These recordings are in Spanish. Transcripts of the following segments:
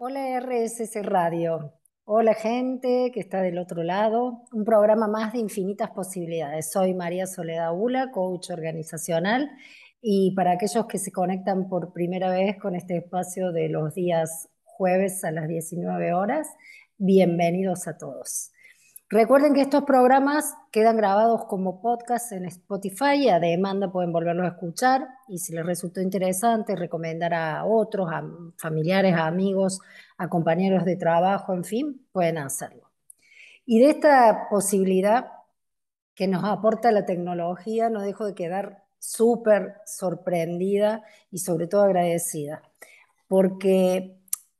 Hola RSS Radio. Hola gente que está del otro lado. Un programa más de infinitas posibilidades. Soy María Soledad Ula, coach organizacional. Y para aquellos que se conectan por primera vez con este espacio de los días jueves a las 19 horas, bienvenidos a todos. Recuerden que estos programas quedan grabados como podcast en Spotify y a demanda pueden volverlos a escuchar y si les resultó interesante recomendar a otros, a familiares, a amigos, a compañeros de trabajo, en fin, pueden hacerlo. Y de esta posibilidad que nos aporta la tecnología no dejo de quedar súper sorprendida y sobre todo agradecida porque,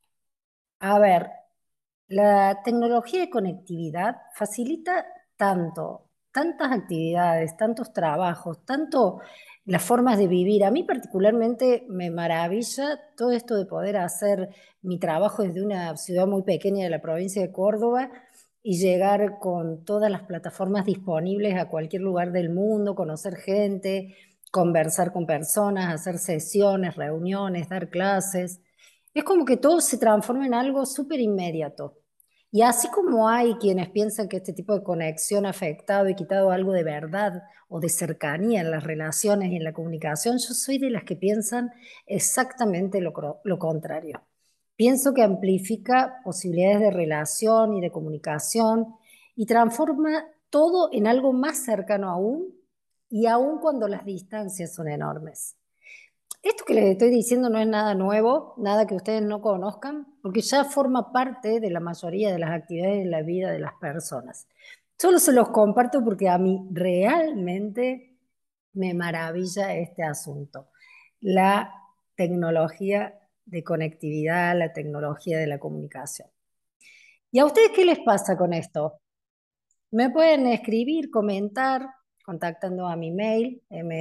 a ver, la tecnología de conectividad facilita tantas actividades, tantos trabajos, tanto las formas de vivir. A mí particularmente me maravilla todo esto de poder hacer mi trabajo desde una ciudad muy pequeña de la provincia de Córdoba y llegar con todas las plataformas disponibles a cualquier lugar del mundo, conocer gente, conversar con personas, hacer sesiones, reuniones, dar clases. Es como que todo se transforma en algo súper inmediato. Y así como hay quienes piensan que este tipo de conexión ha afectado y quitado algo de verdad o de cercanía en las relaciones y en la comunicación, yo soy de las que piensan exactamente lo contrario. Pienso que amplifica posibilidades de relación y de comunicación y transforma todo en algo más cercano aún y aún cuando las distancias son enormes. Esto que les estoy diciendo no es nada nuevo, nada que ustedes no conozcan, porque ya forma parte de la mayoría de las actividades de la vida de las personas. Solo se los comparto porque a mí realmente me maravilla este asunto. La tecnología de conectividad, la tecnología de la comunicación. ¿Y a ustedes qué les pasa con esto? Me pueden escribir, comentar, contactando a mi mail,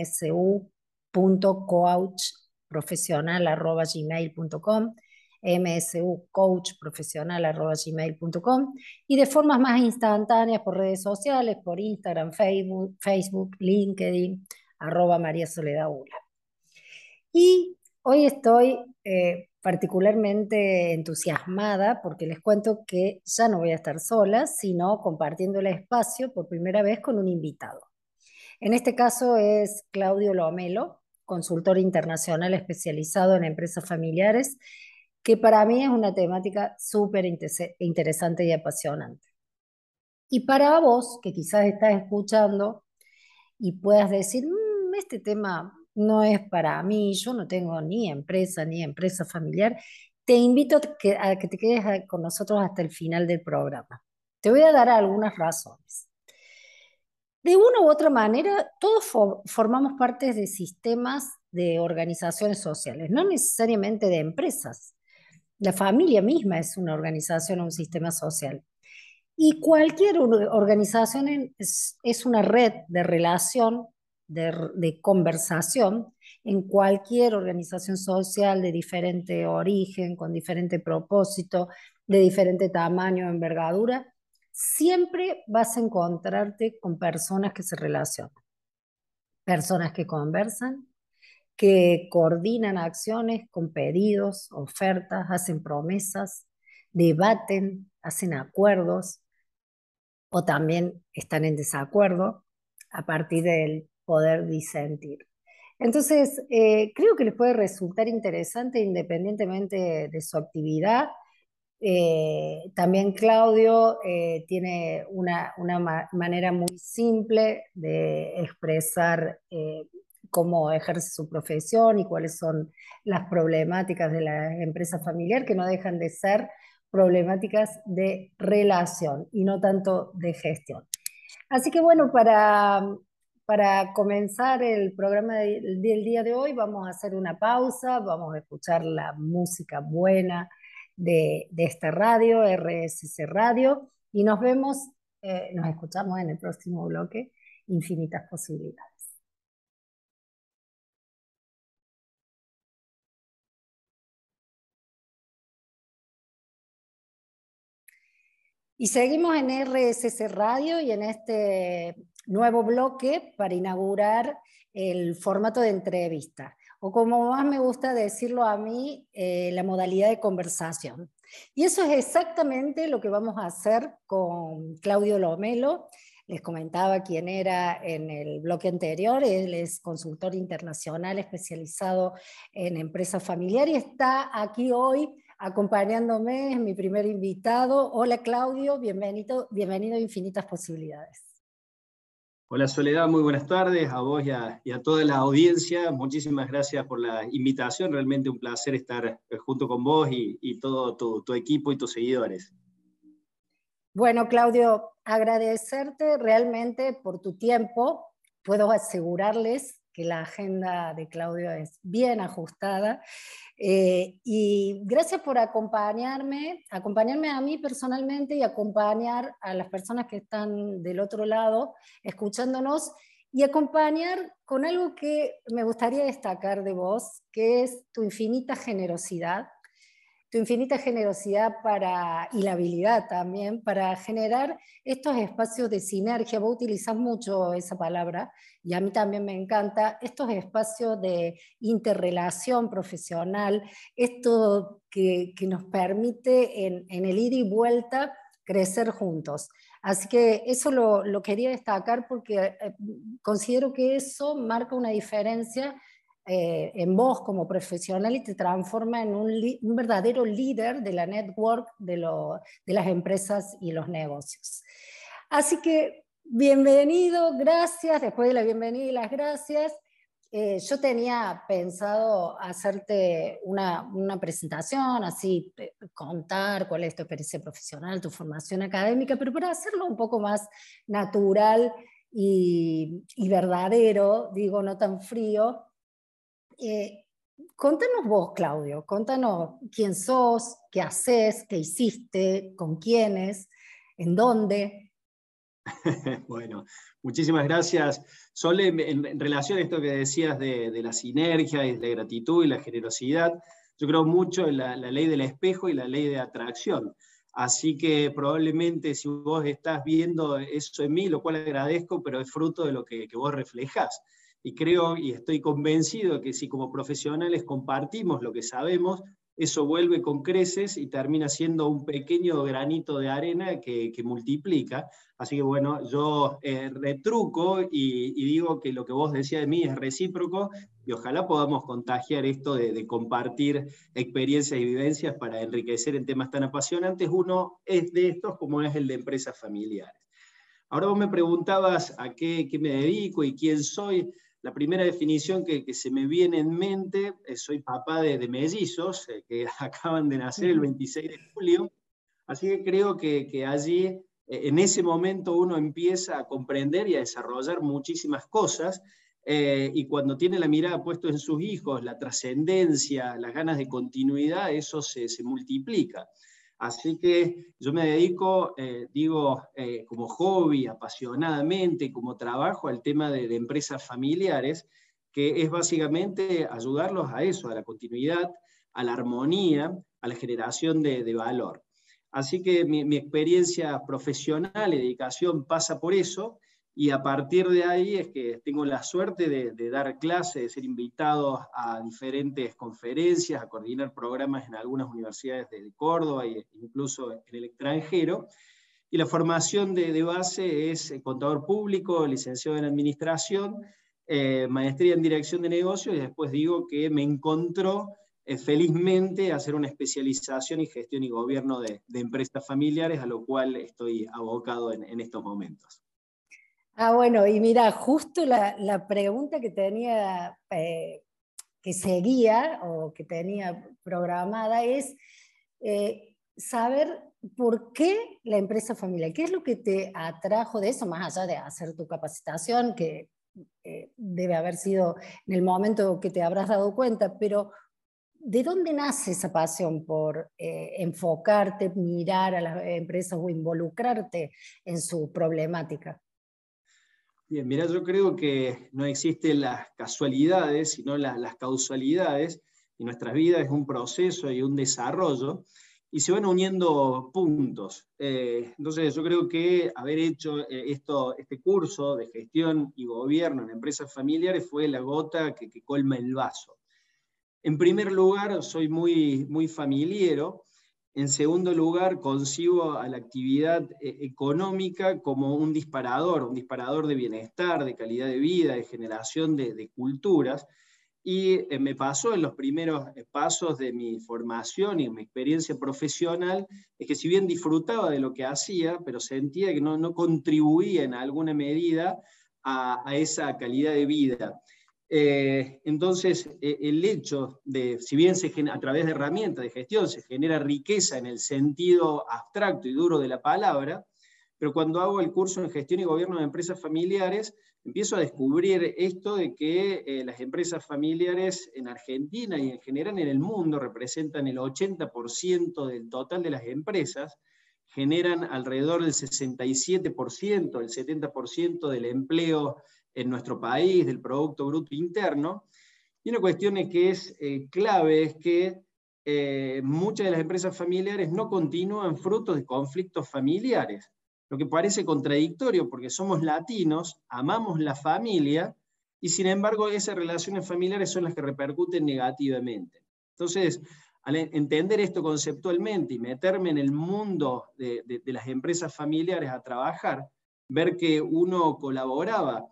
msu.coachprofesional@gmail.com, msucoachprofesional@gmail.com, y de formas más instantáneas por redes sociales, por Instagram, Facebook, LinkedIn, @María Soledad Ula. Y hoy estoy particularmente entusiasmada porque les cuento que ya no voy a estar sola, sino compartiendo el espacio por primera vez con un invitado. En este caso es Claudio Lomelo, consultor internacional especializado en empresas familiares, que para mí es una temática súper interesante y apasionante. Y para vos, que quizás estás escuchando y puedas decir, este tema no es para mí, yo no tengo ni empresa familiar, te invito a que te quedes con nosotros hasta el final del programa. Te voy a dar algunas razones. De una u otra manera, todos formamos parte de sistemas de organizaciones sociales, no necesariamente de empresas. La familia misma es una organización o un sistema social. Y cualquier organización es una red de relación, de conversación, en cualquier organización social de diferente origen, con diferente propósito, de diferente tamaño, envergadura, siempre vas a encontrarte con personas que se relacionan, personas que conversan, que coordinan acciones con pedidos, ofertas, hacen promesas, debaten, hacen acuerdos o también están en desacuerdo a partir del poder disentir. Entonces, creo que les puede resultar interesante independientemente de su actividad. También Claudio tiene una manera muy simple de expresar cómo ejerce su profesión y cuáles son las problemáticas de la empresa familiar, que no dejan de ser problemáticas de relación y no tanto de gestión. Así que bueno, para comenzar el programa del día de hoy vamos a hacer una pausa, vamos a escuchar la música buena de esta radio, RSC Radio, y nos vemos, nos escuchamos en el próximo bloque, Infinitas Posibilidades. Y seguimos en RSC Radio y en este nuevo bloque para inaugurar el formato de entrevista. o como más me gusta decirlo a mí, la modalidad de conversación. Y eso es exactamente lo que vamos a hacer con Claudio Lomelo. Les comentaba quién era en el bloque anterior. Él es consultor internacional especializado en empresas familiares y está aquí hoy acompañándome, es mi primer invitado. Hola Claudio, bienvenido a Infinitas Posibilidades. Hola Soledad, muy buenas tardes a vos y a toda la audiencia. Muchísimas gracias por la invitación. Realmente un placer estar junto con vos y todo tu equipo y tus seguidores. Bueno, Claudio, agradecerte realmente por tu tiempo. Puedo asegurarles que la agenda de Claudio es bien ajustada. Y gracias por acompañarme a mí personalmente y acompañar a las personas que están del otro lado escuchándonos y acompañar con algo que me gustaría destacar de vos, que es tu infinita generosidad y la habilidad también para generar estos espacios de sinergia. Vos utilizás mucho esa palabra y a mí también me encanta, estos espacios de interrelación profesional, esto que nos permite en el ida y vuelta crecer juntos. Así que eso lo quería destacar porque considero que eso marca una diferencia en vos como profesional y te transforma en un verdadero líder de la network de las empresas y los negocios. Así que bienvenido, gracias. Después de la bienvenida y las gracias, yo tenía pensado hacerte una presentación, así contar cuál es tu experiencia profesional, tu formación académica, pero para hacerlo un poco más natural y verdadero, digo, no tan frío. Contanos vos, Claudio, contanos quién sos, qué haces, qué hiciste, con quiénes, en dónde. Bueno, muchísimas gracias. Sole, en relación a esto que decías de la sinergia y de la gratitud y la generosidad, yo creo mucho en la ley del espejo y la ley de atracción. Así que probablemente si vos estás viendo eso en mí, lo cual agradezco, pero es fruto de lo que vos reflejás. Y creo y estoy convencido que si como profesionales compartimos lo que sabemos, eso vuelve con creces y termina siendo un pequeño granito de arena que multiplica. Así que bueno, yo retruco y digo que lo que vos decías de mí es recíproco y ojalá podamos contagiar esto de compartir experiencias y vivencias para enriquecer en temas tan apasionantes. Uno es de estos como es el de empresas familiares. Ahora vos me preguntabas a qué me dedico y quién soy. La primera definición que se me viene en mente, soy papá de mellizos que acaban de nacer el 26 de julio, así que creo que allí, en ese momento, uno empieza a comprender y a desarrollar muchísimas cosas, y cuando tiene la mirada puesta en sus hijos, la trascendencia, las ganas de continuidad, eso se multiplica. Así que yo me dedico, como hobby, apasionadamente, como trabajo, al tema de empresas familiares, que es básicamente ayudarlos a eso, a la continuidad, a la armonía, a la generación de valor. Así que mi experiencia profesional y dedicación pasa por eso, y a partir de ahí es que tengo la suerte de dar clases, de ser invitado a diferentes conferencias, a coordinar programas en algunas universidades de Córdoba e incluso en el extranjero. Y la formación de base es contador público, licenciado en administración, maestría en dirección de negocios, y después digo que me encontró felizmente hacer una especialización en gestión y gobierno de empresas familiares, a lo cual estoy abocado en estos momentos. Bueno, y mira, justo la pregunta que tenía, que seguía o que tenía programada es saber por qué la empresa familiar, qué es lo que te atrajo de eso, más allá de hacer tu capacitación, que debe haber sido en el momento que te habrás dado cuenta, pero ¿de dónde nace esa pasión por enfocarte, mirar a las empresas o involucrarte en su problemática? Bien, mira, yo creo que no existen las casualidades, sino las causalidades, y nuestras vidas es un proceso y un desarrollo, y se van uniendo puntos. Entonces yo creo que haber hecho este curso de gestión y gobierno en empresas familiares fue la gota que colma el vaso. En primer lugar, soy muy familiero. En segundo lugar, concibo a la actividad económica como un disparador de bienestar, de calidad de vida, de generación de culturas. Y me pasó en los primeros pasos de mi formación y mi experiencia profesional, es que si bien disfrutaba de lo que hacía, pero sentía que no contribuía en alguna medida a esa calidad de vida. Entonces, el hecho de, si bien a través de herramientas de gestión se genera riqueza en el sentido abstracto y duro de la palabra, pero cuando hago el curso en gestión y gobierno de empresas familiares, empiezo a descubrir esto de que las empresas familiares en Argentina y en general en el mundo representan el 80% del total de las empresas, generan alrededor del 67%, el 70% del empleo en nuestro país, del Producto Bruto Interno. Y una cuestión que es clave es que muchas de las empresas familiares no continúan frutos de conflictos familiares, lo que parece contradictorio porque somos latinos, amamos la familia, y sin embargo esas relaciones familiares son las que repercuten negativamente. Entonces, al entender esto conceptualmente y meterme en el mundo de las empresas familiares a trabajar, ver que uno colaboraba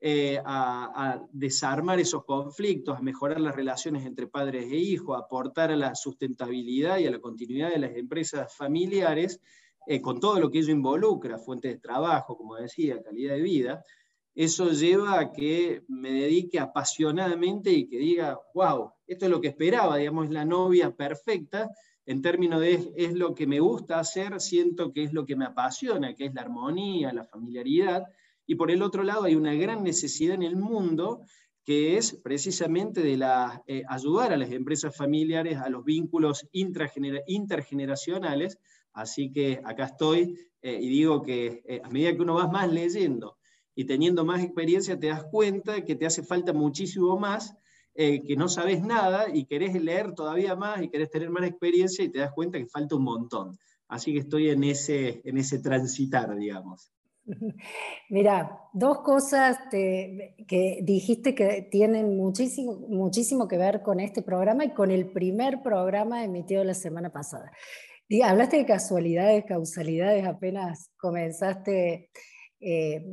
a desarmar esos conflictos, a mejorar las relaciones entre padres e hijos, a aportar a la sustentabilidad y a la continuidad de las empresas familiares, con todo lo que ello involucra, fuentes de trabajo, como decía, calidad de vida, eso lleva a que me dedique apasionadamente y que diga, wow, esto es lo que esperaba, digamos, es la novia perfecta, en términos de es lo que me gusta hacer, siento que es lo que me apasiona, que es la armonía, la familiaridad, y por el otro lado hay una gran necesidad en el mundo que es precisamente de ayudar a las empresas familiares a los vínculos intergeneracionales. Así que acá estoy y digo que a medida que uno va más leyendo y teniendo más experiencia, te das cuenta que te hace falta muchísimo más, que no sabes nada y querés leer todavía más y querés tener más experiencia y te das cuenta que falta un montón. Así que estoy en ese transitar, digamos. Mira, dos cosas que dijiste que tienen muchísimo, muchísimo que ver con este programa y con el primer programa emitido la semana pasada. Y hablaste de casualidades, causalidades, apenas comenzaste eh,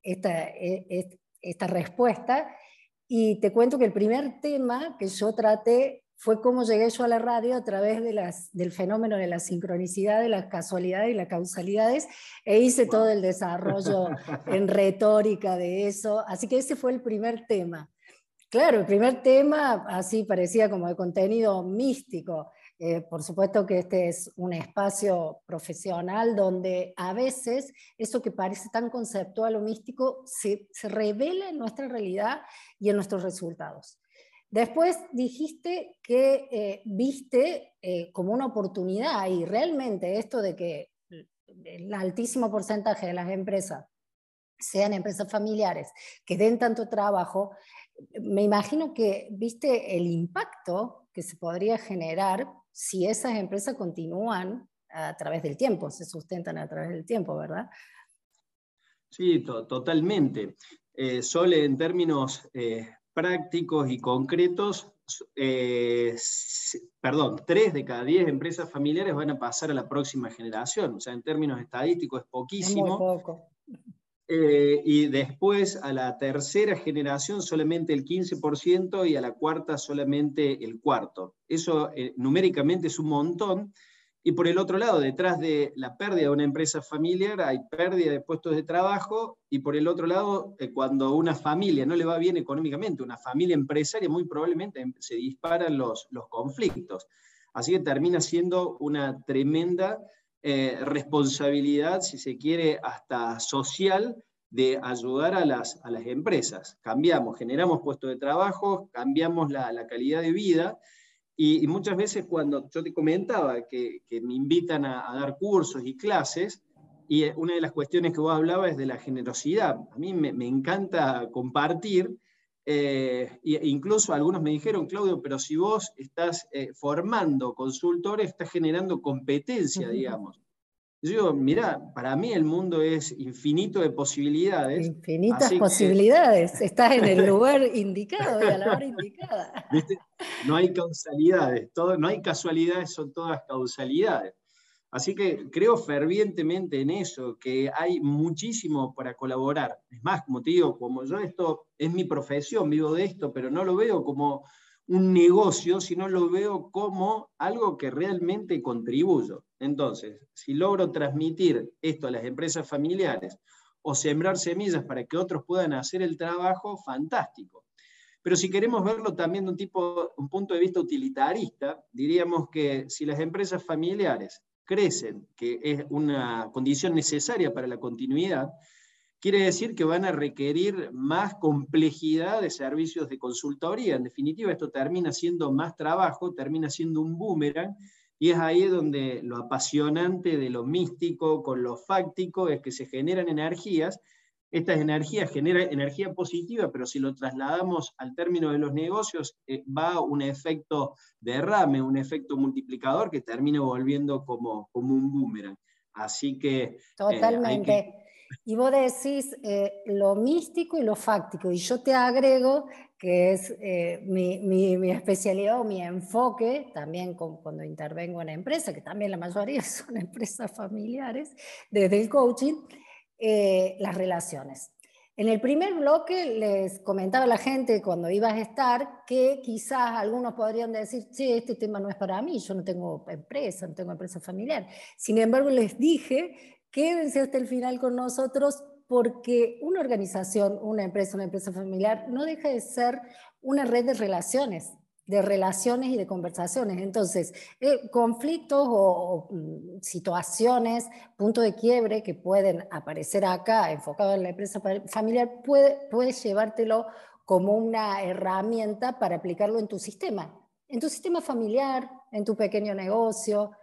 esta respuesta, y te cuento que el primer tema que yo traté fue cómo llegué yo a la radio a través del fenómeno de la sincronicidad, de las casualidades y las causalidades, e hice todo Wow. el desarrollo en retórica de eso, así que ese fue el primer tema. Claro, el primer tema así parecía como de contenido místico. Por supuesto que este es un espacio profesional donde a veces eso que parece tan conceptual o místico se revela en nuestra realidad y en nuestros resultados. Después dijiste que viste como una oportunidad, y realmente esto de que el altísimo porcentaje de las empresas sean empresas familiares que den tanto trabajo, me imagino que viste el impacto que se podría generar si esas empresas continúan a través del tiempo, se sustentan a través del tiempo, ¿verdad? Sí, totalmente. Sole, en términos prácticos y concretos, perdón, 3 de cada 10 empresas familiares van a pasar a la próxima generación. O sea, en términos estadísticos es Es muy poquísimo. poco. Y después a la tercera generación solamente el 15% y a la cuarta solamente el cuarto. Eso numéricamente es un montón. Y por el otro lado, detrás de la pérdida de una empresa familiar hay pérdida de puestos de trabajo, y por el otro lado, cuando a una familia no le va bien económicamente, una familia empresaria, muy probablemente se disparan los conflictos. Así que termina siendo una tremenda responsabilidad, si se quiere, hasta social, de ayudar a las empresas. Cambiamos, generamos puestos de trabajo, cambiamos la calidad de vida, y muchas veces cuando yo te comentaba que me invitan a dar cursos y clases, y una de las cuestiones que vos hablabas es de la generosidad. A mí me encanta compartir, e incluso algunos me dijeron, Claudio, pero si vos estás formando consultores, estás generando competencia, digamos. Yo digo, mirá, para mí el mundo es infinito de posibilidades, Infinitas así que, posibilidades. Estás en el lugar indicado y a la hora indicada. ¿viste? No hay causalidades, no hay casualidades, son todas causalidades. Así que creo fervientemente en eso, que hay muchísimo para colaborar. Es más, como te digo, como yo esto es mi profesión, vivo de esto, pero no lo veo como un negocio, sino lo veo como algo que realmente contribuyo. Entonces, si logro transmitir esto a las empresas familiares o sembrar semillas para que otros puedan hacer el trabajo, fantástico. Pero si queremos verlo también de un punto de vista utilitarista, diríamos que si las empresas familiares crecen, que es una condición necesaria para la continuidad, quiere decir que van a requerir más complejidad de servicios de consultoría. En definitiva, esto termina siendo más trabajo, termina siendo un boomerang, y es ahí donde lo apasionante de lo místico con lo fáctico es que se generan energías. Estas energías generan energía positiva, pero si lo trasladamos al término de los negocios, va un efecto derrame, un efecto multiplicador que termina volviendo como un boomerang. Así que hay que... Totalmente. Y vos decís lo místico y lo fáctico, y yo te agrego que es mi especialidad o mi enfoque, también cuando intervengo en empresas, que también la mayoría son empresas familiares, desde el coaching, las relaciones. En el primer bloque les comentaba a la gente cuando ibas a estar que quizás algunos podrían decir, sí, este tema no es para mí, yo no tengo empresa, no tengo empresa familiar. Sin embargo, les dije, quédense hasta el final con nosotros porque una organización, una empresa familiar, no deja de ser una red de relaciones y de conversaciones. Entonces, conflictos o situaciones, puntos de quiebre que pueden aparecer acá, enfocado en la empresa familiar, puedes llevártelo como una herramienta para aplicarlo en tu sistema familiar, en tu pequeño negocio.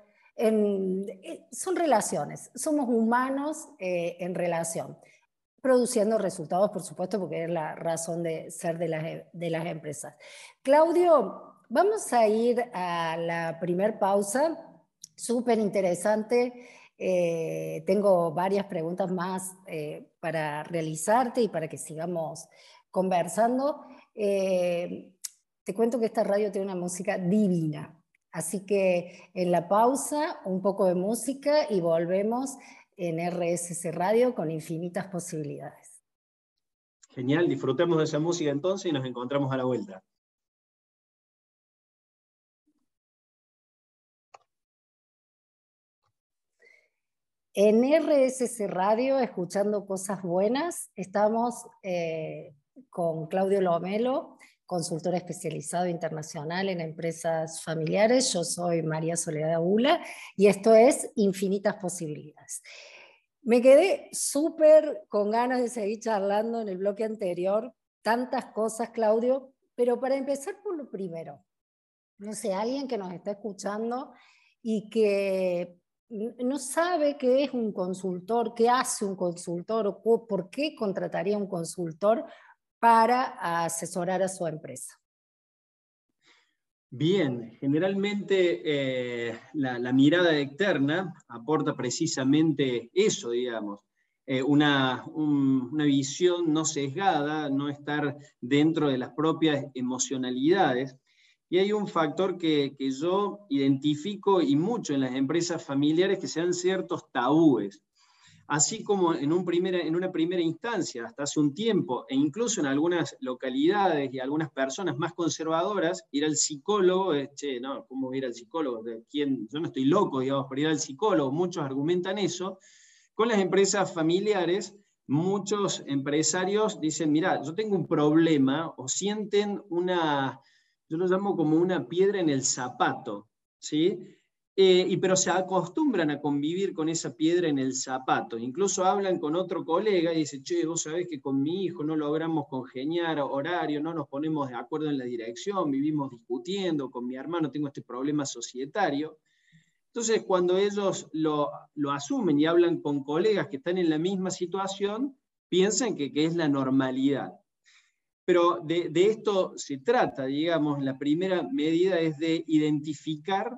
Son relaciones, somos humanos en relación, produciendo resultados, por supuesto, porque es la razón de ser de las empresas. Claudio, vamos a ir a la primer pausa, súper interesante. Tengo varias preguntas más para realizarte y para que sigamos conversando. Te cuento que esta radio tiene una música divina. Así que en la pausa, un poco de música y volvemos en RSC Radio con infinitas posibilidades. Genial, disfrutemos de esa música entonces y nos encontramos a la vuelta. En RSC Radio, escuchando cosas buenas, estamos con Claudio Lomelo, consultor especializado internacional en empresas familiares. Yo soy María Soledad Bula y esto es Infinitas Posibilidades. Me quedé súper con ganas de seguir charlando en el bloque anterior, tantas cosas, Claudio, pero para empezar por lo primero, no sé, alguien que nos está escuchando y que no sabe qué es un consultor, qué hace un consultor o por qué contrataría un consultor para asesorar a su empresa. Bien, generalmente la mirada externa aporta precisamente eso, digamos, una visión no sesgada, no estar dentro de las propias emocionalidades. Y hay un factor que yo identifico y mucho en las empresas familiares, que sean ciertos tabúes. Así como en una primera instancia, hasta hace un tiempo, e incluso en algunas localidades y algunas personas más conservadoras, ir al psicólogo, che, no, ¿cómo ir al psicólogo? Yo no estoy loco, digamos, por ir al psicólogo, muchos argumentan eso. Con las empresas familiares, muchos empresarios dicen, mira, yo tengo un problema, o sienten yo lo llamo como una piedra en el zapato, ¿sí? Pero se acostumbran a convivir con esa piedra en el zapato. Incluso hablan con otro colega y dicen, che, vos sabés que con mi hijo no logramos congeniar horario, no nos ponemos de acuerdo en la dirección, vivimos discutiendo, con mi hermano tengo este problema societario. Entonces, cuando ellos lo asumen y hablan con colegas que están en la misma situación, piensan que es la normalidad. Pero de esto se trata, digamos, la primera medida es de identificar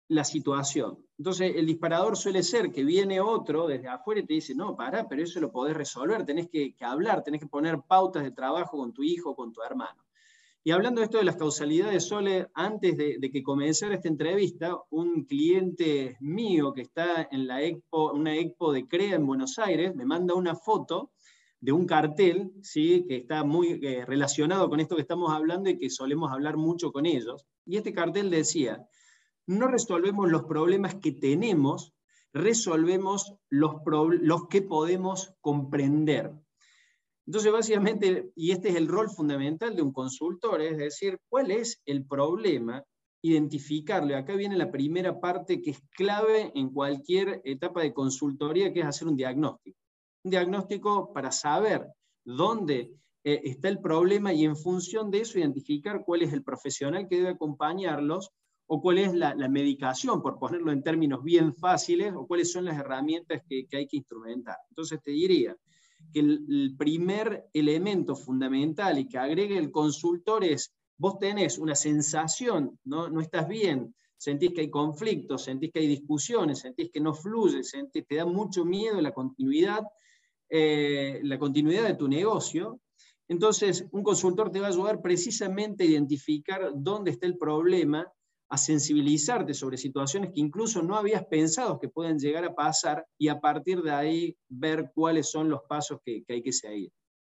la situación. Entonces, el disparador suele ser que viene otro desde afuera y te dice, no, pará, pero eso lo podés resolver, tenés que hablar, tenés que poner pautas de trabajo con tu hijo, con tu hermano. Y hablando de esto de las causalidades, Sole, antes de que comenzara esta entrevista, un cliente mío que está en una expo de CREA en Buenos Aires, me manda una foto de un cartel, ¿sí? Que está muy relacionado con esto que estamos hablando y que solemos hablar mucho con ellos. Y este cartel decía, no resolvemos los problemas que tenemos, resolvemos los que podemos comprender. Entonces, básicamente, y este es el rol fundamental de un consultor, es decir, ¿cuál es el problema? Identificarlo. Acá viene la primera parte que es clave en cualquier etapa de consultoría, que es hacer un diagnóstico. Un diagnóstico para saber dónde está el problema y en función de eso identificar cuál es el profesional que debe acompañarlos o cuál es la medicación, por ponerlo en términos bien fáciles, o cuáles son las herramientas que hay que instrumentar. Entonces te diría que el primer elemento fundamental y que agregue el consultor es, vos tenés una sensación, no estás bien, sentís que hay conflictos, sentís que hay discusiones, sentís que no fluye, te da mucho miedo la continuidad de tu negocio. Entonces, un consultor te va a ayudar precisamente a identificar dónde está el problema, a sensibilizarte sobre situaciones que incluso no habías pensado que pueden llegar a pasar y a partir de ahí ver cuáles son los pasos que hay que seguir.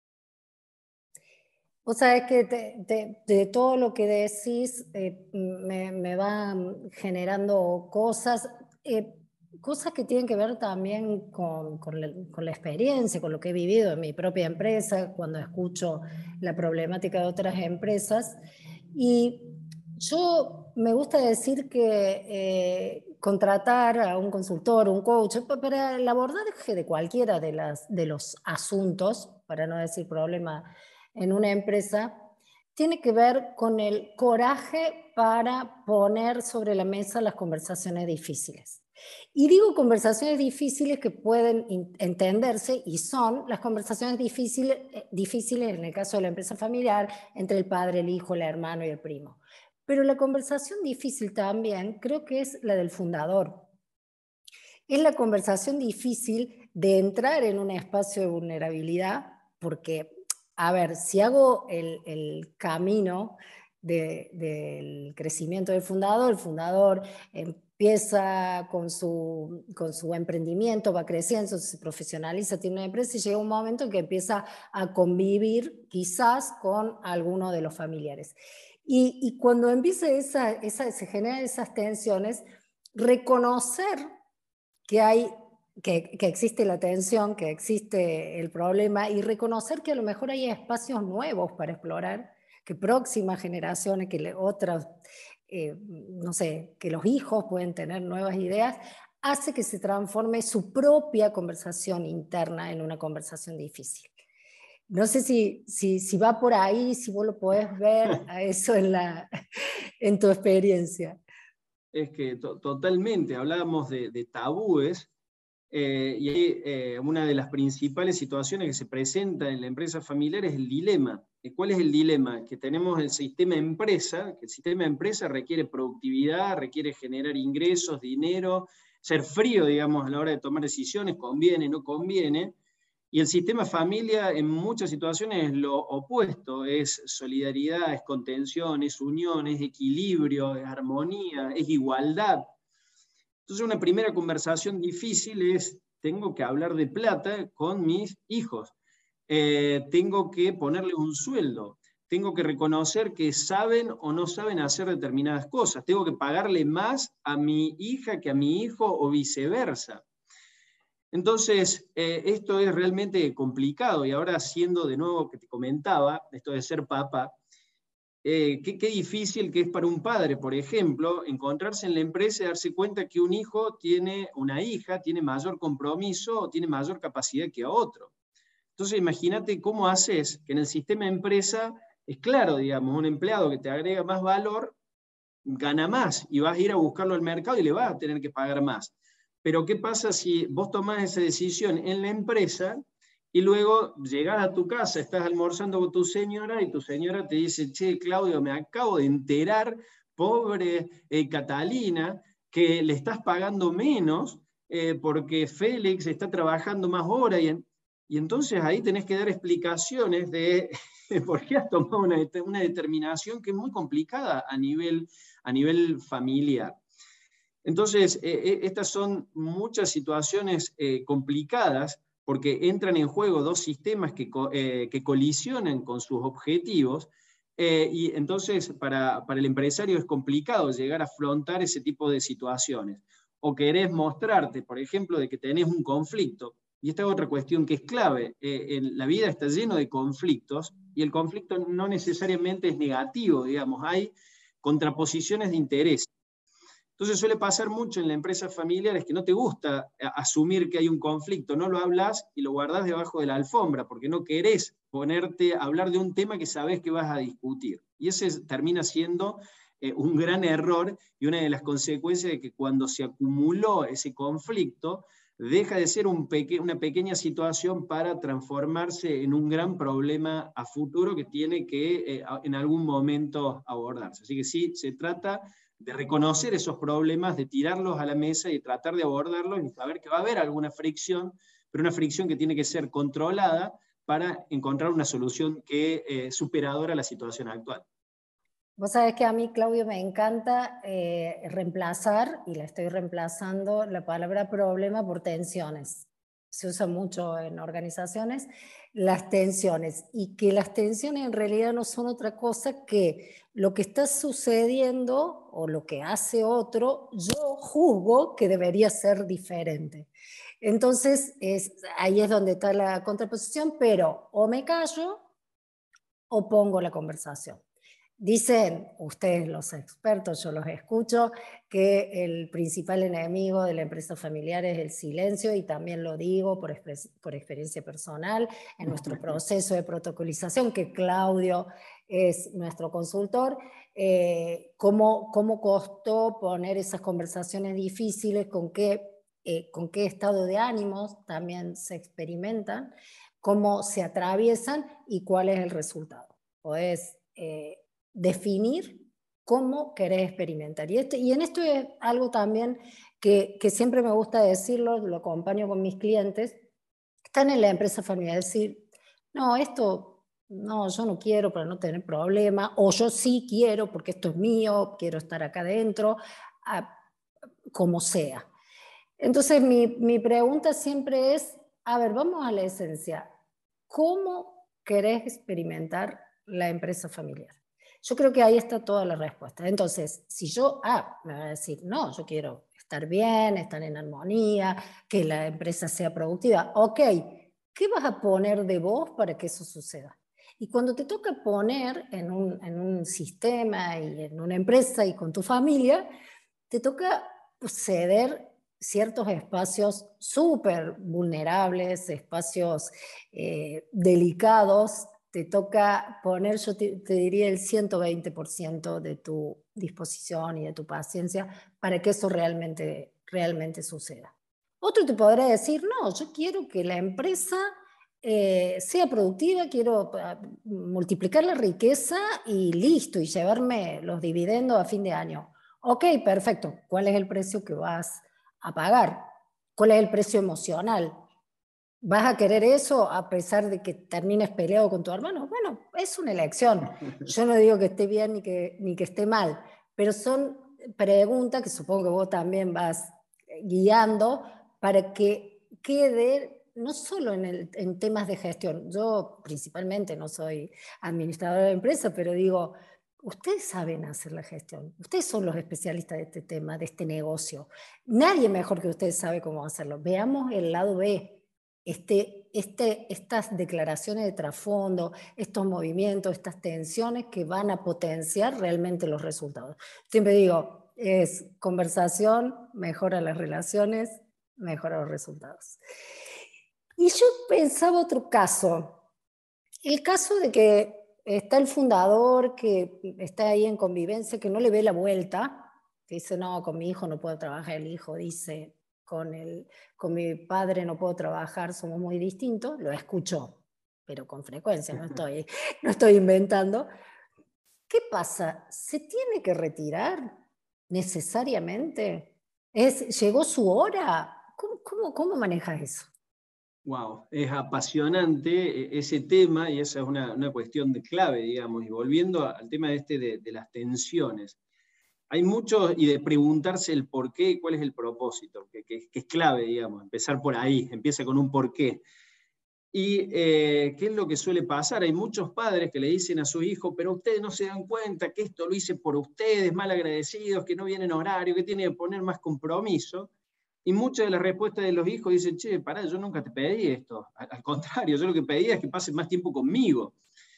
O sea, es que de todo lo que decís me va generando cosas, cosas que tienen que ver también con la experiencia, con lo que he vivido en mi propia empresa, cuando escucho la problemática de otras empresas. Y yo me gusta decir que contratar a un consultor, un coach, para el abordaje de cualquiera de los asuntos, para no decir problema, en una empresa, tiene que ver con el coraje para poner sobre la mesa las conversaciones difíciles. Y digo conversaciones difíciles que pueden entenderse y son las conversaciones difíciles en el caso de la empresa familiar entre el padre, el hijo, el hermano y el primo. Pero la conversación difícil también creo que es la del fundador. Es la conversación difícil de entrar en un espacio de vulnerabilidad porque, a ver, si hago el camino del crecimiento del fundador, el fundador empieza con su emprendimiento, va creciendo, se profesionaliza, tiene una empresa y llega un momento en que empieza a convivir quizás con alguno de los familiares. Y cuando empieza se generan esas tensiones, reconocer que existe la tensión, que existe el problema y reconocer que a lo mejor hay espacios nuevos para explorar, que próximas generaciones, que otras, no sé, que los hijos pueden tener nuevas ideas, hace que se transforme su propia conversación interna en una conversación difícil. No sé si va por ahí, si vos lo podés ver a eso en tu experiencia. Es que totalmente, hablábamos de tabúes, y ahí, una de las principales situaciones que se presenta en la empresa familiar es el dilema. ¿Cuál es el dilema? Que tenemos el sistema empresa, que el sistema empresa requiere productividad, requiere generar ingresos, dinero, ser frío, digamos, a la hora de tomar decisiones, conviene, no conviene. Y el sistema familia en muchas situaciones es lo opuesto, es solidaridad, es contención, es unión, es equilibrio, es armonía, es igualdad. Entonces una primera conversación difícil es, tengo que hablar de plata con mis hijos, tengo que ponerles un sueldo, tengo que reconocer que saben o no saben hacer determinadas cosas, tengo que pagarle más a mi hija que a mi hijo o viceversa. Entonces, esto es realmente complicado, y ahora haciendo de nuevo que te comentaba, esto de ser papá, qué difícil que es para un padre, por ejemplo, encontrarse en la empresa y darse cuenta que un hijo tiene, una hija, tiene mayor compromiso o tiene mayor capacidad que otro. Entonces, imagínate cómo haces que en el sistema empresa, es claro, digamos, un empleado que te agrega más valor, gana más, y vas a ir a buscarlo al mercado y le vas a tener que pagar más. Pero ¿qué pasa si vos tomás esa decisión en la empresa y luego llegás a tu casa, estás almorzando con tu señora y tu señora te dice, che, Claudio, me acabo de enterar, pobre Catalina, que le estás pagando menos porque Félix está trabajando más horas y entonces ahí tenés que dar explicaciones de por qué has tomado una determinación que es muy complicada a nivel familiar. Entonces, estas son muchas situaciones complicadas porque entran en juego dos sistemas que colisionan con sus objetivos, y entonces para el empresario es complicado llegar a afrontar ese tipo de situaciones. O querés mostrarte, por ejemplo, de que tenés un conflicto, y esta es otra cuestión que es clave, la vida está lleno de conflictos, y el conflicto no necesariamente es negativo, digamos, hay contraposiciones de interés. Entonces suele pasar mucho en las empresas familiares que no te gusta asumir que hay un conflicto, no lo hablas y lo guardás debajo de la alfombra, porque no querés ponerte a hablar de un tema que sabés que vas a discutir. Y ese termina siendo un gran error y una de las consecuencias de que cuando se acumuló ese conflicto, deja de ser una pequeña situación para transformarse en un gran problema a futuro que tiene que en algún momento abordarse. Así que sí, se trata de reconocer esos problemas, de tirarlos a la mesa y tratar de abordarlos y saber que va a haber alguna fricción, pero una fricción que tiene que ser controlada para encontrar una solución que superadora a la situación actual. Vos sabés que a mí, Claudio, me encanta reemplazar, y la estoy reemplazando, la palabra problema por tensiones. Se usa mucho en organizaciones, las tensiones, y que las tensiones en realidad no son otra cosa que lo que está sucediendo o lo que hace otro, yo juzgo que debería ser diferente. Entonces, ahí es donde está la contraposición, pero o me callo o pongo la conversación. Dicen ustedes los expertos, yo los escucho, que el principal enemigo de la empresa familiar es el silencio, y también lo digo por experiencia personal en nuestro proceso de protocolización, que Claudio es nuestro consultor, cómo costó poner esas conversaciones difíciles, con qué estado de ánimos también se experimentan, cómo se atraviesan y cuál es el resultado. Podés definir cómo querés experimentar. Y en esto es algo también que siempre me gusta decirlo, lo acompaño con mis clientes, están en la empresa familiar, decir, no, esto, no, yo no quiero para no tener problema, o yo sí quiero porque esto es mío, quiero estar acá adentro, como sea. Entonces mi pregunta siempre es, a ver, vamos a la esencia, ¿cómo querés experimentar la empresa familiar? Yo creo que ahí está toda la respuesta. Entonces, si yo, me va a decir, no, yo quiero estar bien, estar en armonía, que la empresa sea productiva. Ok, ¿qué vas a poner de vos para que eso suceda? Y cuando te toca poner en un sistema y en una empresa y con tu familia, te toca ceder ciertos espacios súper vulnerables, espacios delicados. Te toca poner, yo te diría, el 120% de tu disposición y de tu paciencia para que eso realmente suceda. Otro te podrá decir, no, yo quiero que la empresa sea productiva, quiero multiplicar la riqueza y listo, y llevarme los dividendos a fin de año. Ok, perfecto. ¿Cuál es el precio que vas a pagar? ¿Cuál es el precio emocional? ¿Vas a querer eso a pesar de que termines peleado con tu hermano? Bueno, es una elección. Yo no digo que esté bien ni que esté mal, pero son preguntas que supongo que vos también vas guiando para que quede no solo en temas de gestión. Yo principalmente no soy administradora de empresa, pero digo, ustedes saben hacer la gestión, ustedes son los especialistas de este tema, de este negocio. Nadie mejor que ustedes sabe cómo hacerlo. Veamos el lado B. Estas declaraciones de trasfondo, estos movimientos, estas tensiones que van a potenciar realmente los resultados. Siempre digo, es conversación, mejora las relaciones, mejora los resultados. Y yo pensaba otro caso, el caso de que está el fundador que está ahí en convivencia, que no le ve la vuelta, que dice, no, con mi hijo no puedo trabajar, el hijo dice, con mi padre no puedo trabajar, somos muy distintos, lo escucho, pero con frecuencia, no estoy inventando. ¿Qué pasa? ¿Se tiene que retirar necesariamente ¿Llegó su hora? ¿Cómo manejas eso? Wow, es apasionante ese tema y esa es una cuestión de clave, digamos. Y volviendo al tema de las tensiones, hay mucho, y de preguntarse el por qué y cuál es el propósito, que es clave, digamos, empezar por ahí, empieza con un por qué. Y qué es lo que suele pasar, hay muchos padres que le dicen a sus hijos, pero ustedes no se dan cuenta que esto lo hice por ustedes, mal agradecidos, que no vienen horario, que tienen que poner más compromiso. Y muchas de las respuestas de los hijos dicen, che, pará, yo nunca te pedí esto. Al contrario, yo lo que pedía es que pases más tiempo conmigo.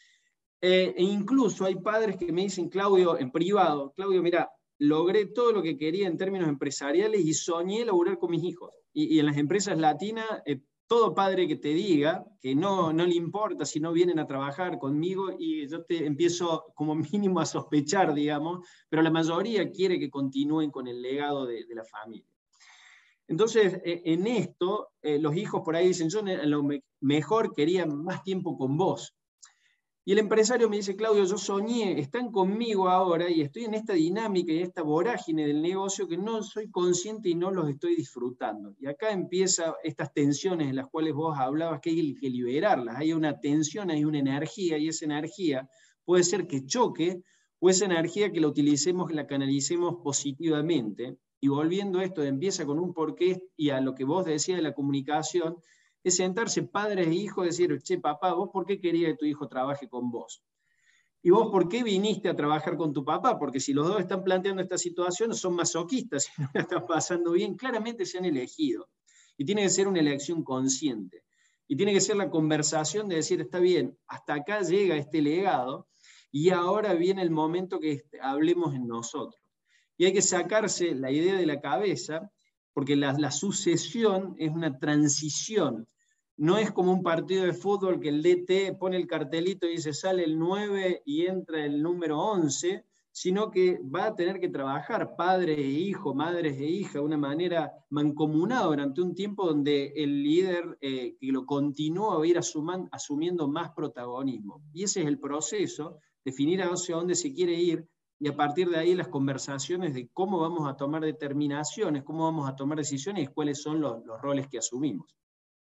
E incluso hay padres que me dicen, Claudio, en privado, Claudio, mira, logré todo lo que quería en términos empresariales y soñé laburar con mis hijos. Y en las empresas latinas, todo padre que te diga que no le importa si no vienen a trabajar conmigo, y yo te empiezo como mínimo a sospechar, digamos, pero la mayoría quiere que continúen con el legado de la familia. Entonces, en esto, los hijos por ahí dicen, yo a lo mejor quería más tiempo con vos. Y el empresario me dice, Claudio, yo soñé, están conmigo ahora y estoy en esta dinámica y esta vorágine del negocio que no soy consciente y no los estoy disfrutando. Y acá empiezan estas tensiones en las cuales vos hablabas, que hay que liberarlas. Hay una tensión, hay una energía, y esa energía puede ser que choque, o esa energía que la utilicemos, que la canalicemos positivamente. Y volviendo a esto, empieza con un porqué, y a lo que vos decías de la comunicación, es sentarse padres e hijos y decir, che, papá, ¿vos por qué querías que tu hijo trabaje con vos? ¿Y vos por qué viniste a trabajar con tu papá? Porque si los dos están planteando esta situación, son masoquistas y no la están pasando bien, claramente se han elegido. Y tiene que ser una elección consciente. Y tiene que ser la conversación de decir, está bien, hasta acá llega este legado y ahora viene el momento que hablemos en nosotros. Y hay que sacarse la idea de la cabeza, porque la sucesión es una transición. No es como un partido de fútbol que el DT pone el cartelito y dice sale el 9 y entra el número 11, sino que va a tener que trabajar padres e hijos, madres e hijas, de una manera mancomunada durante un tiempo donde el líder que lo continúa va a ir asumiendo más protagonismo. Y ese es el proceso, definir hacia dónde se quiere ir, y a partir de ahí las conversaciones de cómo vamos a tomar determinaciones, cómo vamos a tomar decisiones y cuáles son los roles que asumimos.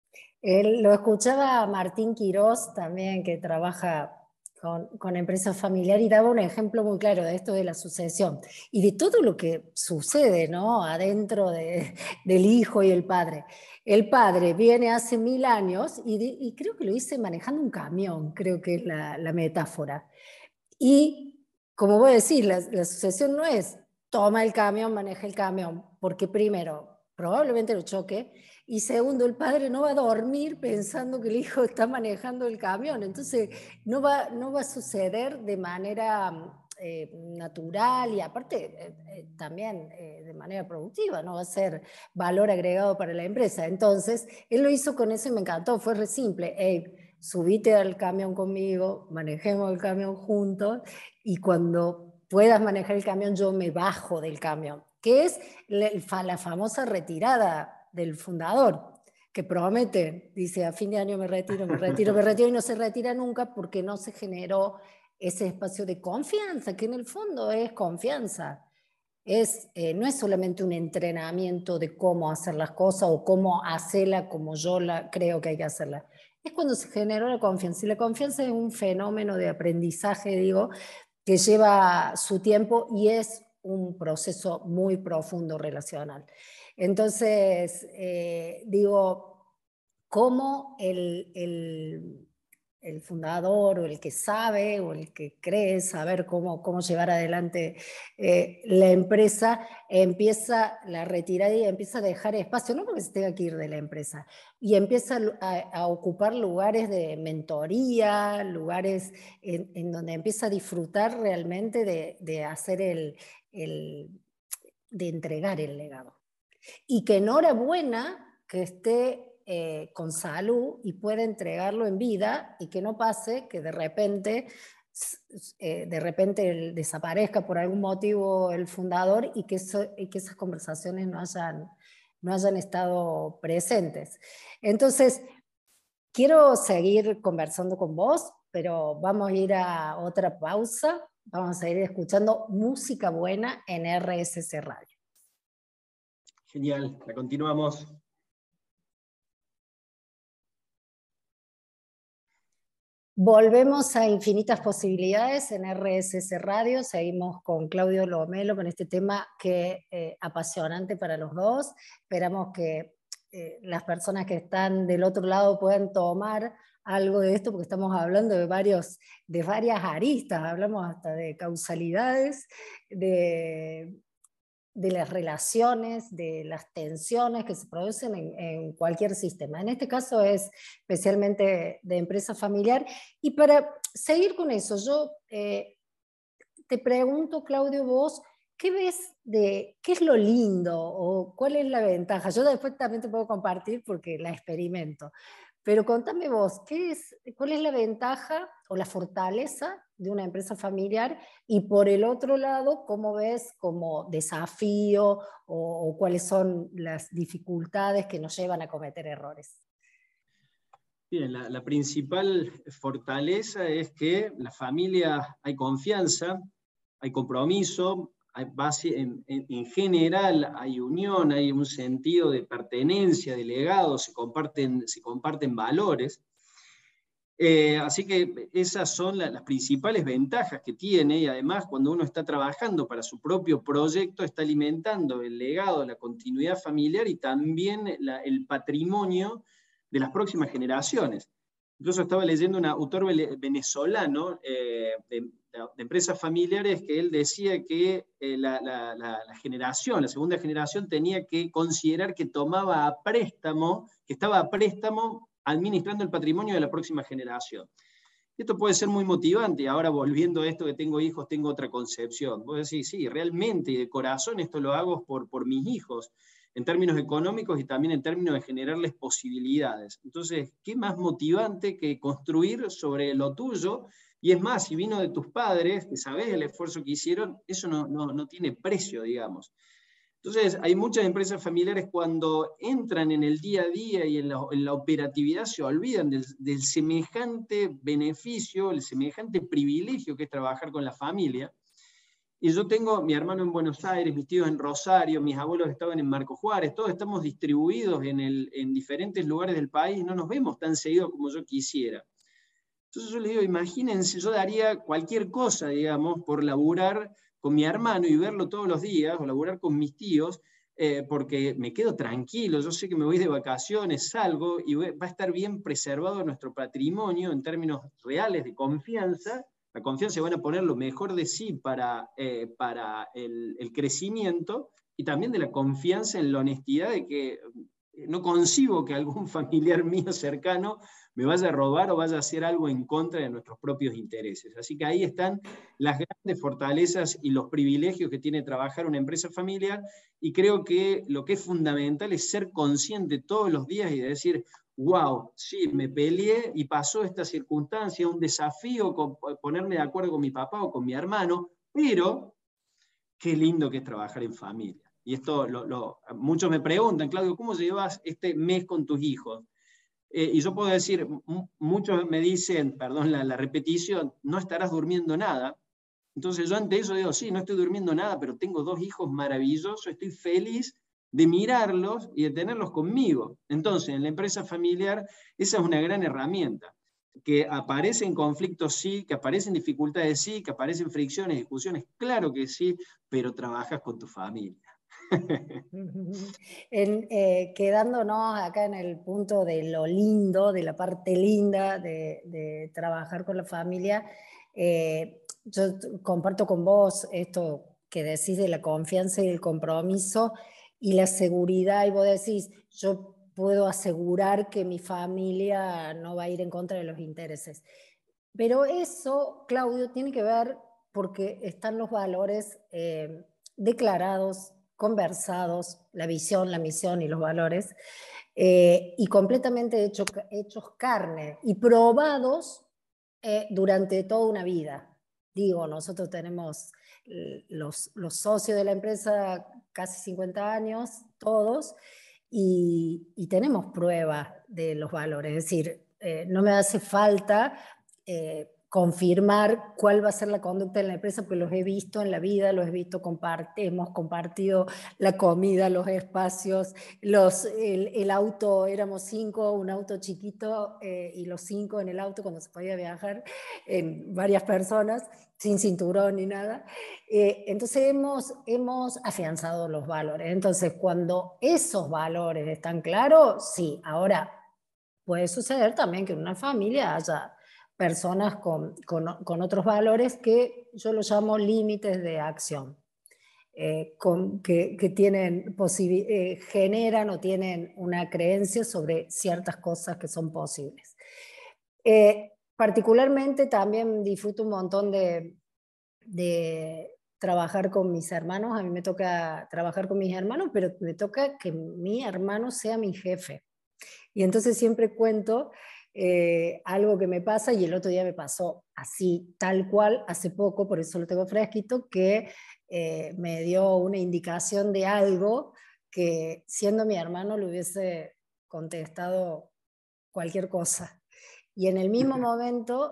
Lo escuchaba Martín Quirós también, que trabaja con empresas familiares, y daba un ejemplo muy claro de esto de la sucesión y de todo lo que sucede, ¿no?, adentro del hijo y el padre. El padre viene hace 1000 años y creo que lo hice manejando un camión, creo que es la metáfora. Y como voy a decir, la sucesión no es toma el camión, maneja el camión, porque primero, probablemente lo choque, y segundo, el padre no va a dormir pensando que el hijo está manejando el camión. Entonces, no va a suceder de manera natural, y aparte también de manera productiva, no va a ser valor agregado para la empresa. Entonces, él lo hizo con eso y me encantó, fue re simple. Hey, subite al camión conmigo, manejemos el camión juntos, y cuando puedas manejar el camión yo me bajo del camión, que es la famosa retirada del fundador, que promete, dice, a fin de año me retiro, me retiro, me retiro, y no se retira nunca porque no se generó ese espacio de confianza, que en el fondo es confianza. No es solamente un entrenamiento de cómo hacer las cosas o cómo hacerla como yo creo que hay que hacerla. Es cuando se generó la confianza. Y la confianza es un fenómeno de aprendizaje, digo, que lleva su tiempo y es un proceso muy profundo relacional. Entonces, digo, cómo el fundador o el que sabe o el que cree saber cómo llevar adelante la empresa, empieza la retirada y empieza a dejar espacio, no porque se tenga que ir de la empresa, y empieza a ocupar lugares de mentoría, lugares en donde empieza a disfrutar realmente de hacer de entregar el legado. Y que enhorabuena que esté con salud y pueda entregarlo en vida, y que no pase que de repente desaparezca por algún motivo el fundador y que esas conversaciones no hayan estado presentes. Entonces, quiero seguir conversando con vos, pero vamos a ir a otra pausa. Vamos a ir escuchando música buena en RSC Radio. Genial, la continuamos. Volvemos a Infinitas Posibilidades en RSS Radio. Seguimos con Claudio Lomelo con este tema que apasionante para los dos. Esperamos que las personas que están del otro lado puedan tomar algo de esto, porque estamos hablando de varias aristas, hablamos hasta de causalidades, de las relaciones, de las tensiones que se producen en cualquier sistema. En este caso es especialmente de empresa familiar. Y para seguir con eso, yo te pregunto, Claudio, vos, ¿qué ves de qué es lo lindo o cuál es la ventaja? Yo después también te puedo compartir porque la experimento. Pero contame vos, ¿cuál es la ventaja o la fortaleza de una empresa familiar? Y por el otro lado, ¿cómo ves como desafío o cuáles son las dificultades que nos llevan a cometer errores? Bien, la principal fortaleza es que la familia hay confianza, hay compromiso, hay base, en general hay unión, hay un sentido de pertenencia, de legado, se comparten valores. Así que esas son las principales ventajas que tiene, y además cuando uno está trabajando para su propio proyecto está alimentando el legado, la continuidad familiar y también el patrimonio de las próximas generaciones. Incluso estaba leyendo un autor venezolano de empresas familiares que él decía que la segunda generación tenía que considerar que tomaba a préstamo, que estaba a préstamo administrando el patrimonio de la próxima generación. Esto puede ser muy motivante, y ahora volviendo a esto que tengo hijos, tengo otra concepción. Vos decís, sí, realmente y de corazón esto lo hago por mis hijos, en términos económicos y también en términos de generarles posibilidades. Entonces, ¿qué más motivante que construir sobre lo tuyo? Y es más, si vino de tus padres, que sabés el esfuerzo que hicieron, eso no tiene precio, digamos. Entonces, hay muchas empresas familiares cuando entran en el día a día y en la operatividad se olvidan del semejante beneficio, el semejante privilegio que es trabajar con la familia. Y yo tengo mi hermano en Buenos Aires, mis tíos en Rosario, mis abuelos estaban en Marco Juárez, todos estamos distribuidos en diferentes lugares del país, no nos vemos tan seguido como yo quisiera. Entonces yo les digo, imagínense, yo daría cualquier cosa, digamos, por laburar con mi hermano y verlo todos los días, o laburar con mis tíos, porque me quedo tranquilo, yo sé que me voy de vacaciones, salgo y va a estar bien preservado nuestro patrimonio en términos reales de confianza. La confianza, van a poner lo mejor de sí para el crecimiento, y también de la confianza en la honestidad de que no concibo que algún familiar mío cercano me vaya a robar o vaya a hacer algo en contra de nuestros propios intereses. Así que ahí están las grandes fortalezas y los privilegios que tiene trabajar una empresa familiar, y creo que lo que es fundamental es ser consciente todos los días y decir, wow, sí, me peleé y pasó esta circunstancia, un desafío con ponerme de acuerdo con mi papá o con mi hermano, pero qué lindo que es trabajar en familia. Y esto muchos me preguntan, Claudio, ¿cómo llevas este mes con tus hijos? Y yo puedo decir, muchos me dicen, perdón la repetición, no estarás durmiendo nada. Entonces yo ante eso digo, sí, no estoy durmiendo nada, pero tengo 2 hijos maravillosos, estoy feliz de mirarlos y de tenerlos conmigo. Entonces, en la empresa familiar, esa es una gran herramienta. Que aparecen conflictos, sí, que aparecen dificultades, sí, que aparecen fricciones, discusiones, claro que sí, pero trabajas con tu familia. Quedándonos acá en el punto de lo lindo, de la parte linda de trabajar con la familia, yo comparto con vos esto que decís de la confianza y el compromiso y la seguridad, y vos decís, yo puedo asegurar que mi familia no va a ir en contra de los intereses. Pero eso, Claudio, tiene que ver porque están los valores declarados, conversados, la visión, la misión y los valores, y completamente hechos carne y probados durante toda una vida. Digo, nosotros tenemos los socios de la empresa casi 50 años, todos, y tenemos prueba de los valores. Es decir, no me hace falta confirmar cuál va a ser la conducta de la empresa, porque los he visto en la vida, los he visto, hemos compartido la comida, los espacios, el auto, éramos 5, un auto chiquito, y los 5 en el auto cuando se podía viajar, varias personas, sin cinturón ni nada. Entonces hemos afianzado los valores. Entonces, cuando esos valores están claros, sí, ahora puede suceder también que en una familia haya personas con otros valores que yo los llamo límites de acción, que tienen generan o tienen una creencia sobre ciertas cosas que son posibles. Particularmente también disfruto un montón de trabajar con mis hermanos. A mí me toca trabajar con mis hermanos, pero me toca que mi hermano sea mi jefe. Y entonces siempre cuento algo que me pasa, y el otro día me pasó así, tal cual, hace poco, por eso lo tengo fresquito, que me dio una indicación de algo que, siendo mi hermano, le hubiese contestado cualquier cosa. Y en el mismo momento,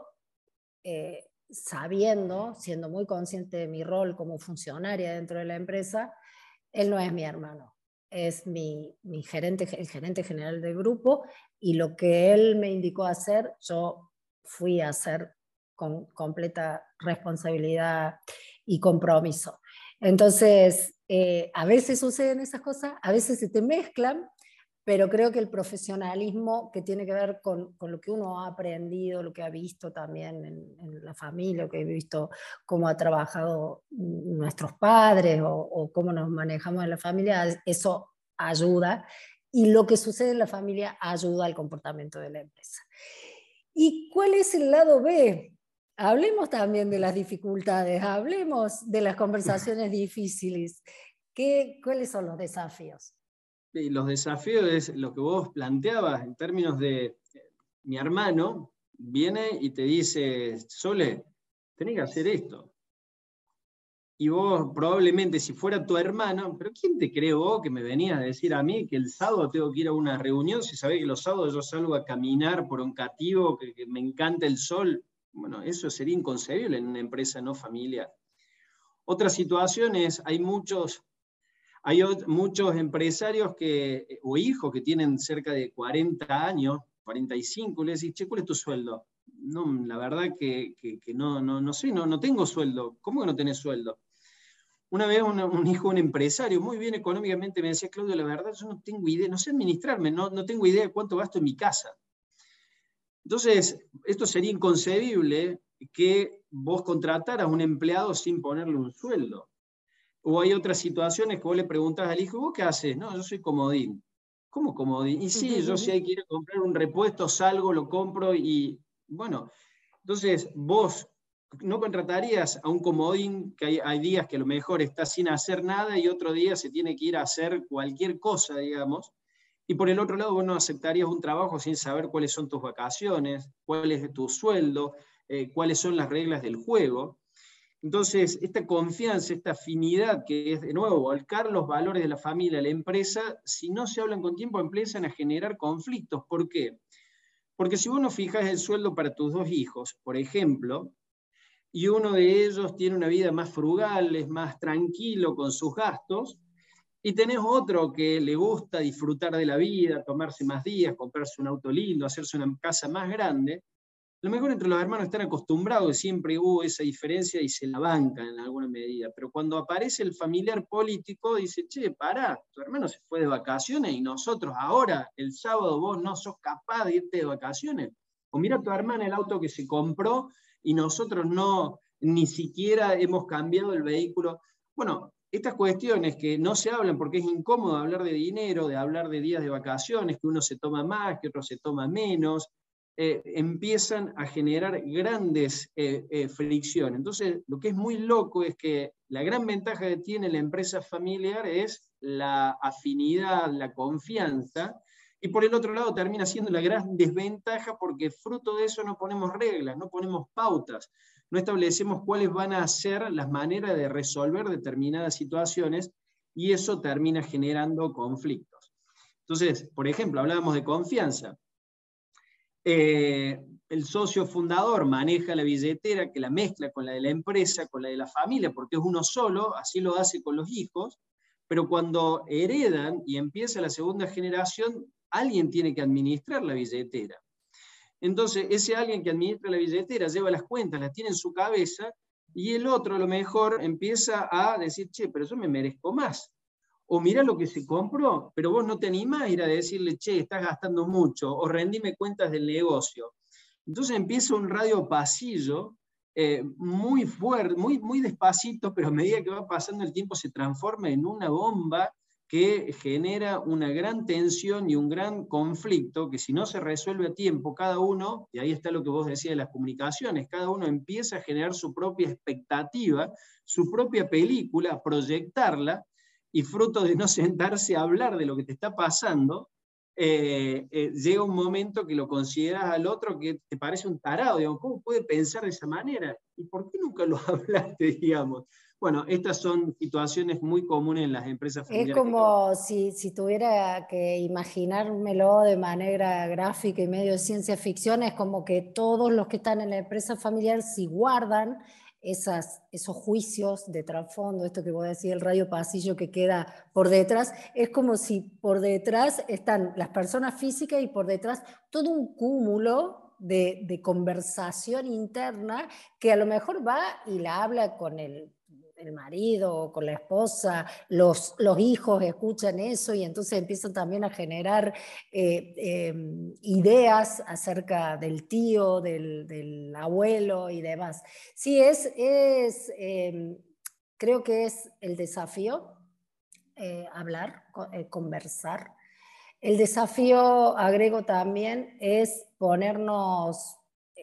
siendo muy consciente de mi rol como funcionaria dentro de la empresa, él no es mi hermano, es el gerente general del grupo, y lo que él me indicó hacer, yo fui a hacer con completa responsabilidad y compromiso. Entonces, a veces suceden esas cosas, a veces se te mezclan, pero creo que el profesionalismo, que tiene que ver con lo que uno ha aprendido, lo que ha visto también en la familia, lo que he visto cómo ha trabajado nuestros padres, o cómo nos manejamos en la familia, eso ayuda, y lo que sucede en la familia ayuda al comportamiento de la empresa. ¿Y cuál es el lado B? Hablemos también de las dificultades, hablemos de las conversaciones difíciles. ¿Cuáles son los desafíos? Y los desafíos es lo que vos planteabas en términos de mi hermano viene y te dice, Sole, tenés que hacer esto. Y vos probablemente, si fuera tu hermano, pero ¿quién te cree vos que me venías a decir a mí que el sábado tengo que ir a una reunión si sabés que los sábados yo salgo a caminar por un cativo, que me encanta el sol? Bueno, eso sería inconcebible en una empresa no familiar. Otra situación es, hay muchos empresarios o hijos que tienen cerca de 40 años, 45, le decís, che, ¿cuál es tu sueldo? No, la verdad que no sé, no tengo sueldo. ¿Cómo que no tenés sueldo? Una vez un hijo de un empresario, muy bien económicamente, me decía, Claudio, la verdad yo no tengo idea, no sé administrarme, no tengo idea de cuánto gasto en mi casa. Entonces, esto sería inconcebible que vos contrataras a un empleado sin ponerle un sueldo. O hay otras situaciones que vos le preguntás al hijo, ¿vos qué haces? No, yo soy comodín. ¿Cómo comodín? Y sí, yo si hay que ir a comprar un repuesto, salgo, lo compro y bueno. Entonces, vos no contratarías a un comodín, que hay días que a lo mejor está sin hacer nada y otro día se tiene que ir a hacer cualquier cosa, digamos. Y por el otro lado, vos no aceptarías un trabajo sin saber cuáles son tus vacaciones, cuál es tu sueldo, cuáles son las reglas del juego. Entonces, esta confianza, esta afinidad que es, de nuevo, volcar los valores de la familia a la empresa, si no se hablan con tiempo, empiezan a generar conflictos. ¿Por qué? Porque si vos no fijas el sueldo para tus dos hijos, por ejemplo, y uno de ellos tiene una vida más frugal, es más tranquilo con sus gastos, y tenés otro que le gusta disfrutar de la vida, tomarse más días, comprarse un auto lindo, hacerse una casa más grande, a lo mejor entre los hermanos están acostumbrados, siempre hubo esa diferencia y se la bancan en alguna medida, pero cuando aparece el familiar político, dice, che, pará, tu hermano se fue de vacaciones y nosotros ahora, el sábado, vos no sos capaz de irte de vacaciones. O mira a tu hermana el auto que se compró y nosotros no, ni siquiera hemos cambiado el vehículo. Bueno, estas cuestiones que no se hablan porque es incómodo hablar de dinero, de hablar de días de vacaciones, que uno se toma más, que otro se toma menos, empiezan a generar grandes fricciones. Entonces, lo que es muy loco es que la gran ventaja que tiene la empresa familiar es la afinidad, la confianza, y por el otro lado termina siendo la gran desventaja porque fruto de eso no ponemos reglas, no ponemos pautas, no establecemos cuáles van a ser las maneras de resolver determinadas situaciones, y eso termina generando conflictos. Entonces, por ejemplo, hablábamos de confianza. el socio fundador maneja la billetera, que la mezcla con la de la empresa, con la de la familia, porque es uno solo, así lo hace con los hijos, pero cuando heredan y empieza la segunda generación, alguien tiene que administrar la billetera. Entonces, ese alguien que administra la billetera lleva las cuentas, las tiene en su cabeza, y el otro a lo mejor empieza a decir, che, pero yo me merezco más. O mira lo que se compró, pero vos no te animás a ir a decirle, che, estás gastando mucho, o rendime cuentas del negocio. Entonces empieza un radio pasillo muy fuerte, muy despacito, pero a medida que va pasando el tiempo se transforma en una bomba que genera una gran tensión y un gran conflicto que si no se resuelve a tiempo, cada uno, y ahí está lo que vos decías de las comunicaciones, cada uno empieza a generar su propia expectativa, su propia película, a proyectarla, y fruto de no sentarse a hablar de lo que te está pasando, llega un momento que lo consideras al otro que te parece un tarado, digamos, ¿cómo puede pensar de esa manera? ¿Y por qué nunca lo hablaste, digamos? Bueno, estas son situaciones muy comunes en las empresas Es familiares que trabajan. como si tuviera que imaginármelo de manera gráfica y medio de ciencia ficción, es como que todos los que están en la empresa familiar, si guardan esos juicios de trasfondo, esto que vos decís, el radio pasillo que queda por detrás, es como si por detrás están las personas físicas y por detrás todo un cúmulo de conversación interna que a lo mejor va y la habla con el marido o con la esposa, los hijos escuchan eso y entonces empiezan también a generar ideas acerca del tío, del abuelo y demás. Sí, creo que es el desafío, hablar, conversar. El desafío, agrego también, es ponernos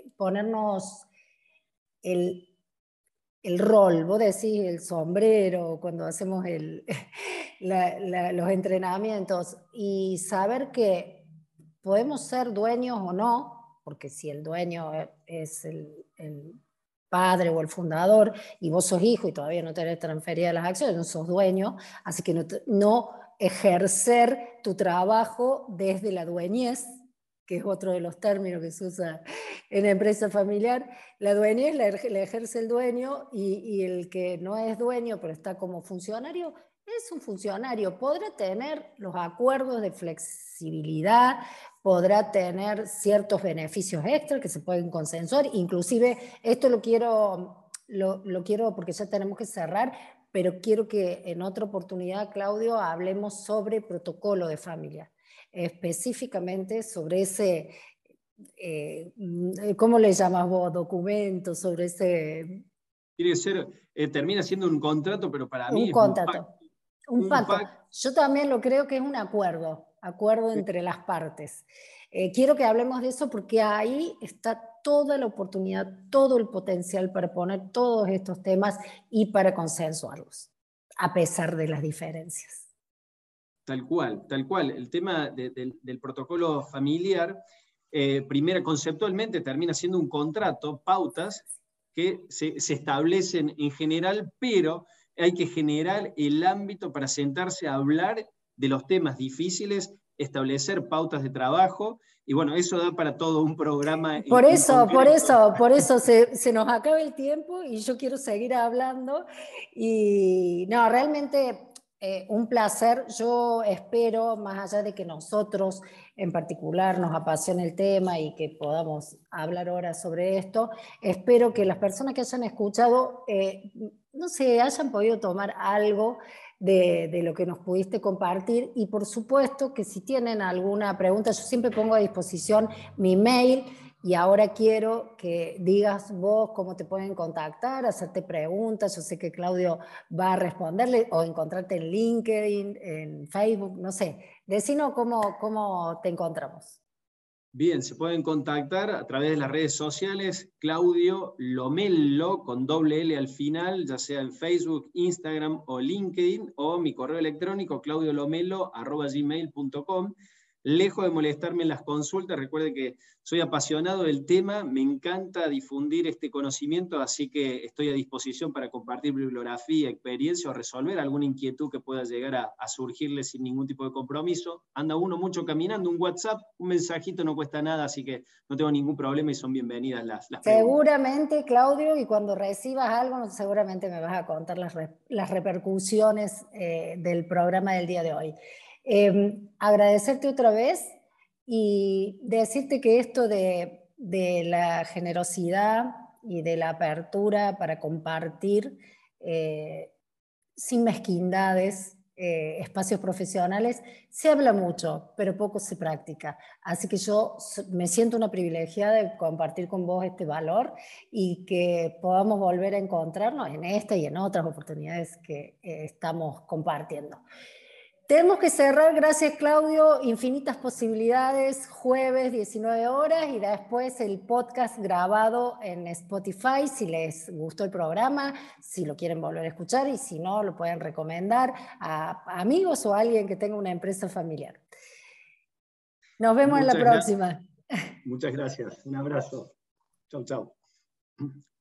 el rol, vos decís el sombrero cuando hacemos los entrenamientos y saber que podemos ser dueños o no, porque si el dueño es el padre o el fundador y vos sos hijo y todavía no tenés transferidas las acciones, no sos dueño, así que no ejercer tu trabajo desde la dueñez, que es otro de los términos que se usa en la empresa familiar. La dueñez la ejerce el dueño y el que no es dueño pero está como funcionario es un funcionario. Podrá tener los acuerdos de flexibilidad, podrá tener ciertos beneficios extra que se pueden consensuar, inclusive esto lo quiero porque ya tenemos que cerrar, pero quiero que en otra oportunidad, Claudio, hablemos sobre protocolo de familia, específicamente sobre ese, ¿cómo le llamas vos? Documento, sobre ese... Tiene que ser, termina siendo un contrato, pero para mí Un es un contrato, pacto. un Un pacto. pacto. Yo también lo creo que es un acuerdo entre las partes. Quiero que hablemos de eso porque ahí está toda la oportunidad, todo el potencial para poner todos estos temas y para consensuarlos, a pesar de las diferencias. Tal cual, tal cual. El tema del protocolo familiar, primero conceptualmente termina siendo un contrato, pautas que se establecen en general, pero hay que generar el ámbito para sentarse a hablar de los temas difíciles, establecer pautas de trabajo, y bueno, eso da para todo un programa en concreto. Por eso se nos acaba el tiempo y yo quiero seguir hablando. Y no, realmente un placer. Yo espero, más allá de que nosotros en particular nos apasione el tema y que podamos hablar ahora sobre esto, espero que las personas que hayan escuchado, no sé, hayan podido tomar algo de lo que nos pudiste compartir y por supuesto que si tienen alguna pregunta, yo siempre pongo a disposición mi mail y ahora quiero que digas vos cómo te pueden contactar, hacerte preguntas, yo sé que Claudio va a responderle o encontrarte en LinkedIn, en Facebook, no sé, decinos cómo te encontramos. Bien, se pueden contactar a través de las redes sociales, Claudio Lomello, con doble L al final, ya sea en Facebook, Instagram o LinkedIn, o mi correo electrónico, claudiolomelo@gmail.com. lejos de molestarme en las consultas, recuerde que soy apasionado del tema, me encanta difundir este conocimiento, así que estoy a disposición para compartir bibliografía, experiencia o resolver alguna inquietud que pueda llegar a surgirle sin ningún tipo de compromiso. Anda uno mucho caminando, un WhatsApp, un mensajito no cuesta nada, así que no tengo ningún problema y son bienvenidas las preguntas. Seguramente, Claudio, y cuando recibas algo, seguramente me vas a contar las repercusiones del programa del día de hoy. Agradecerte otra vez y decirte que esto de la generosidad y de la apertura para compartir sin mezquindades, espacios profesionales, se habla mucho, pero poco se practica. Así que yo me siento una privilegiada de compartir con vos este valor y que podamos volver a encontrarnos en esta y en otras oportunidades que estamos compartiendo. Tenemos que cerrar, gracias Claudio, infinitas posibilidades, jueves 19 horas y después el podcast grabado en Spotify si les gustó el programa, si lo quieren volver a escuchar y si no lo pueden recomendar a amigos o a alguien que tenga una empresa familiar. Nos vemos en la próxima. Muchas gracias. Un abrazo. Chau, chau.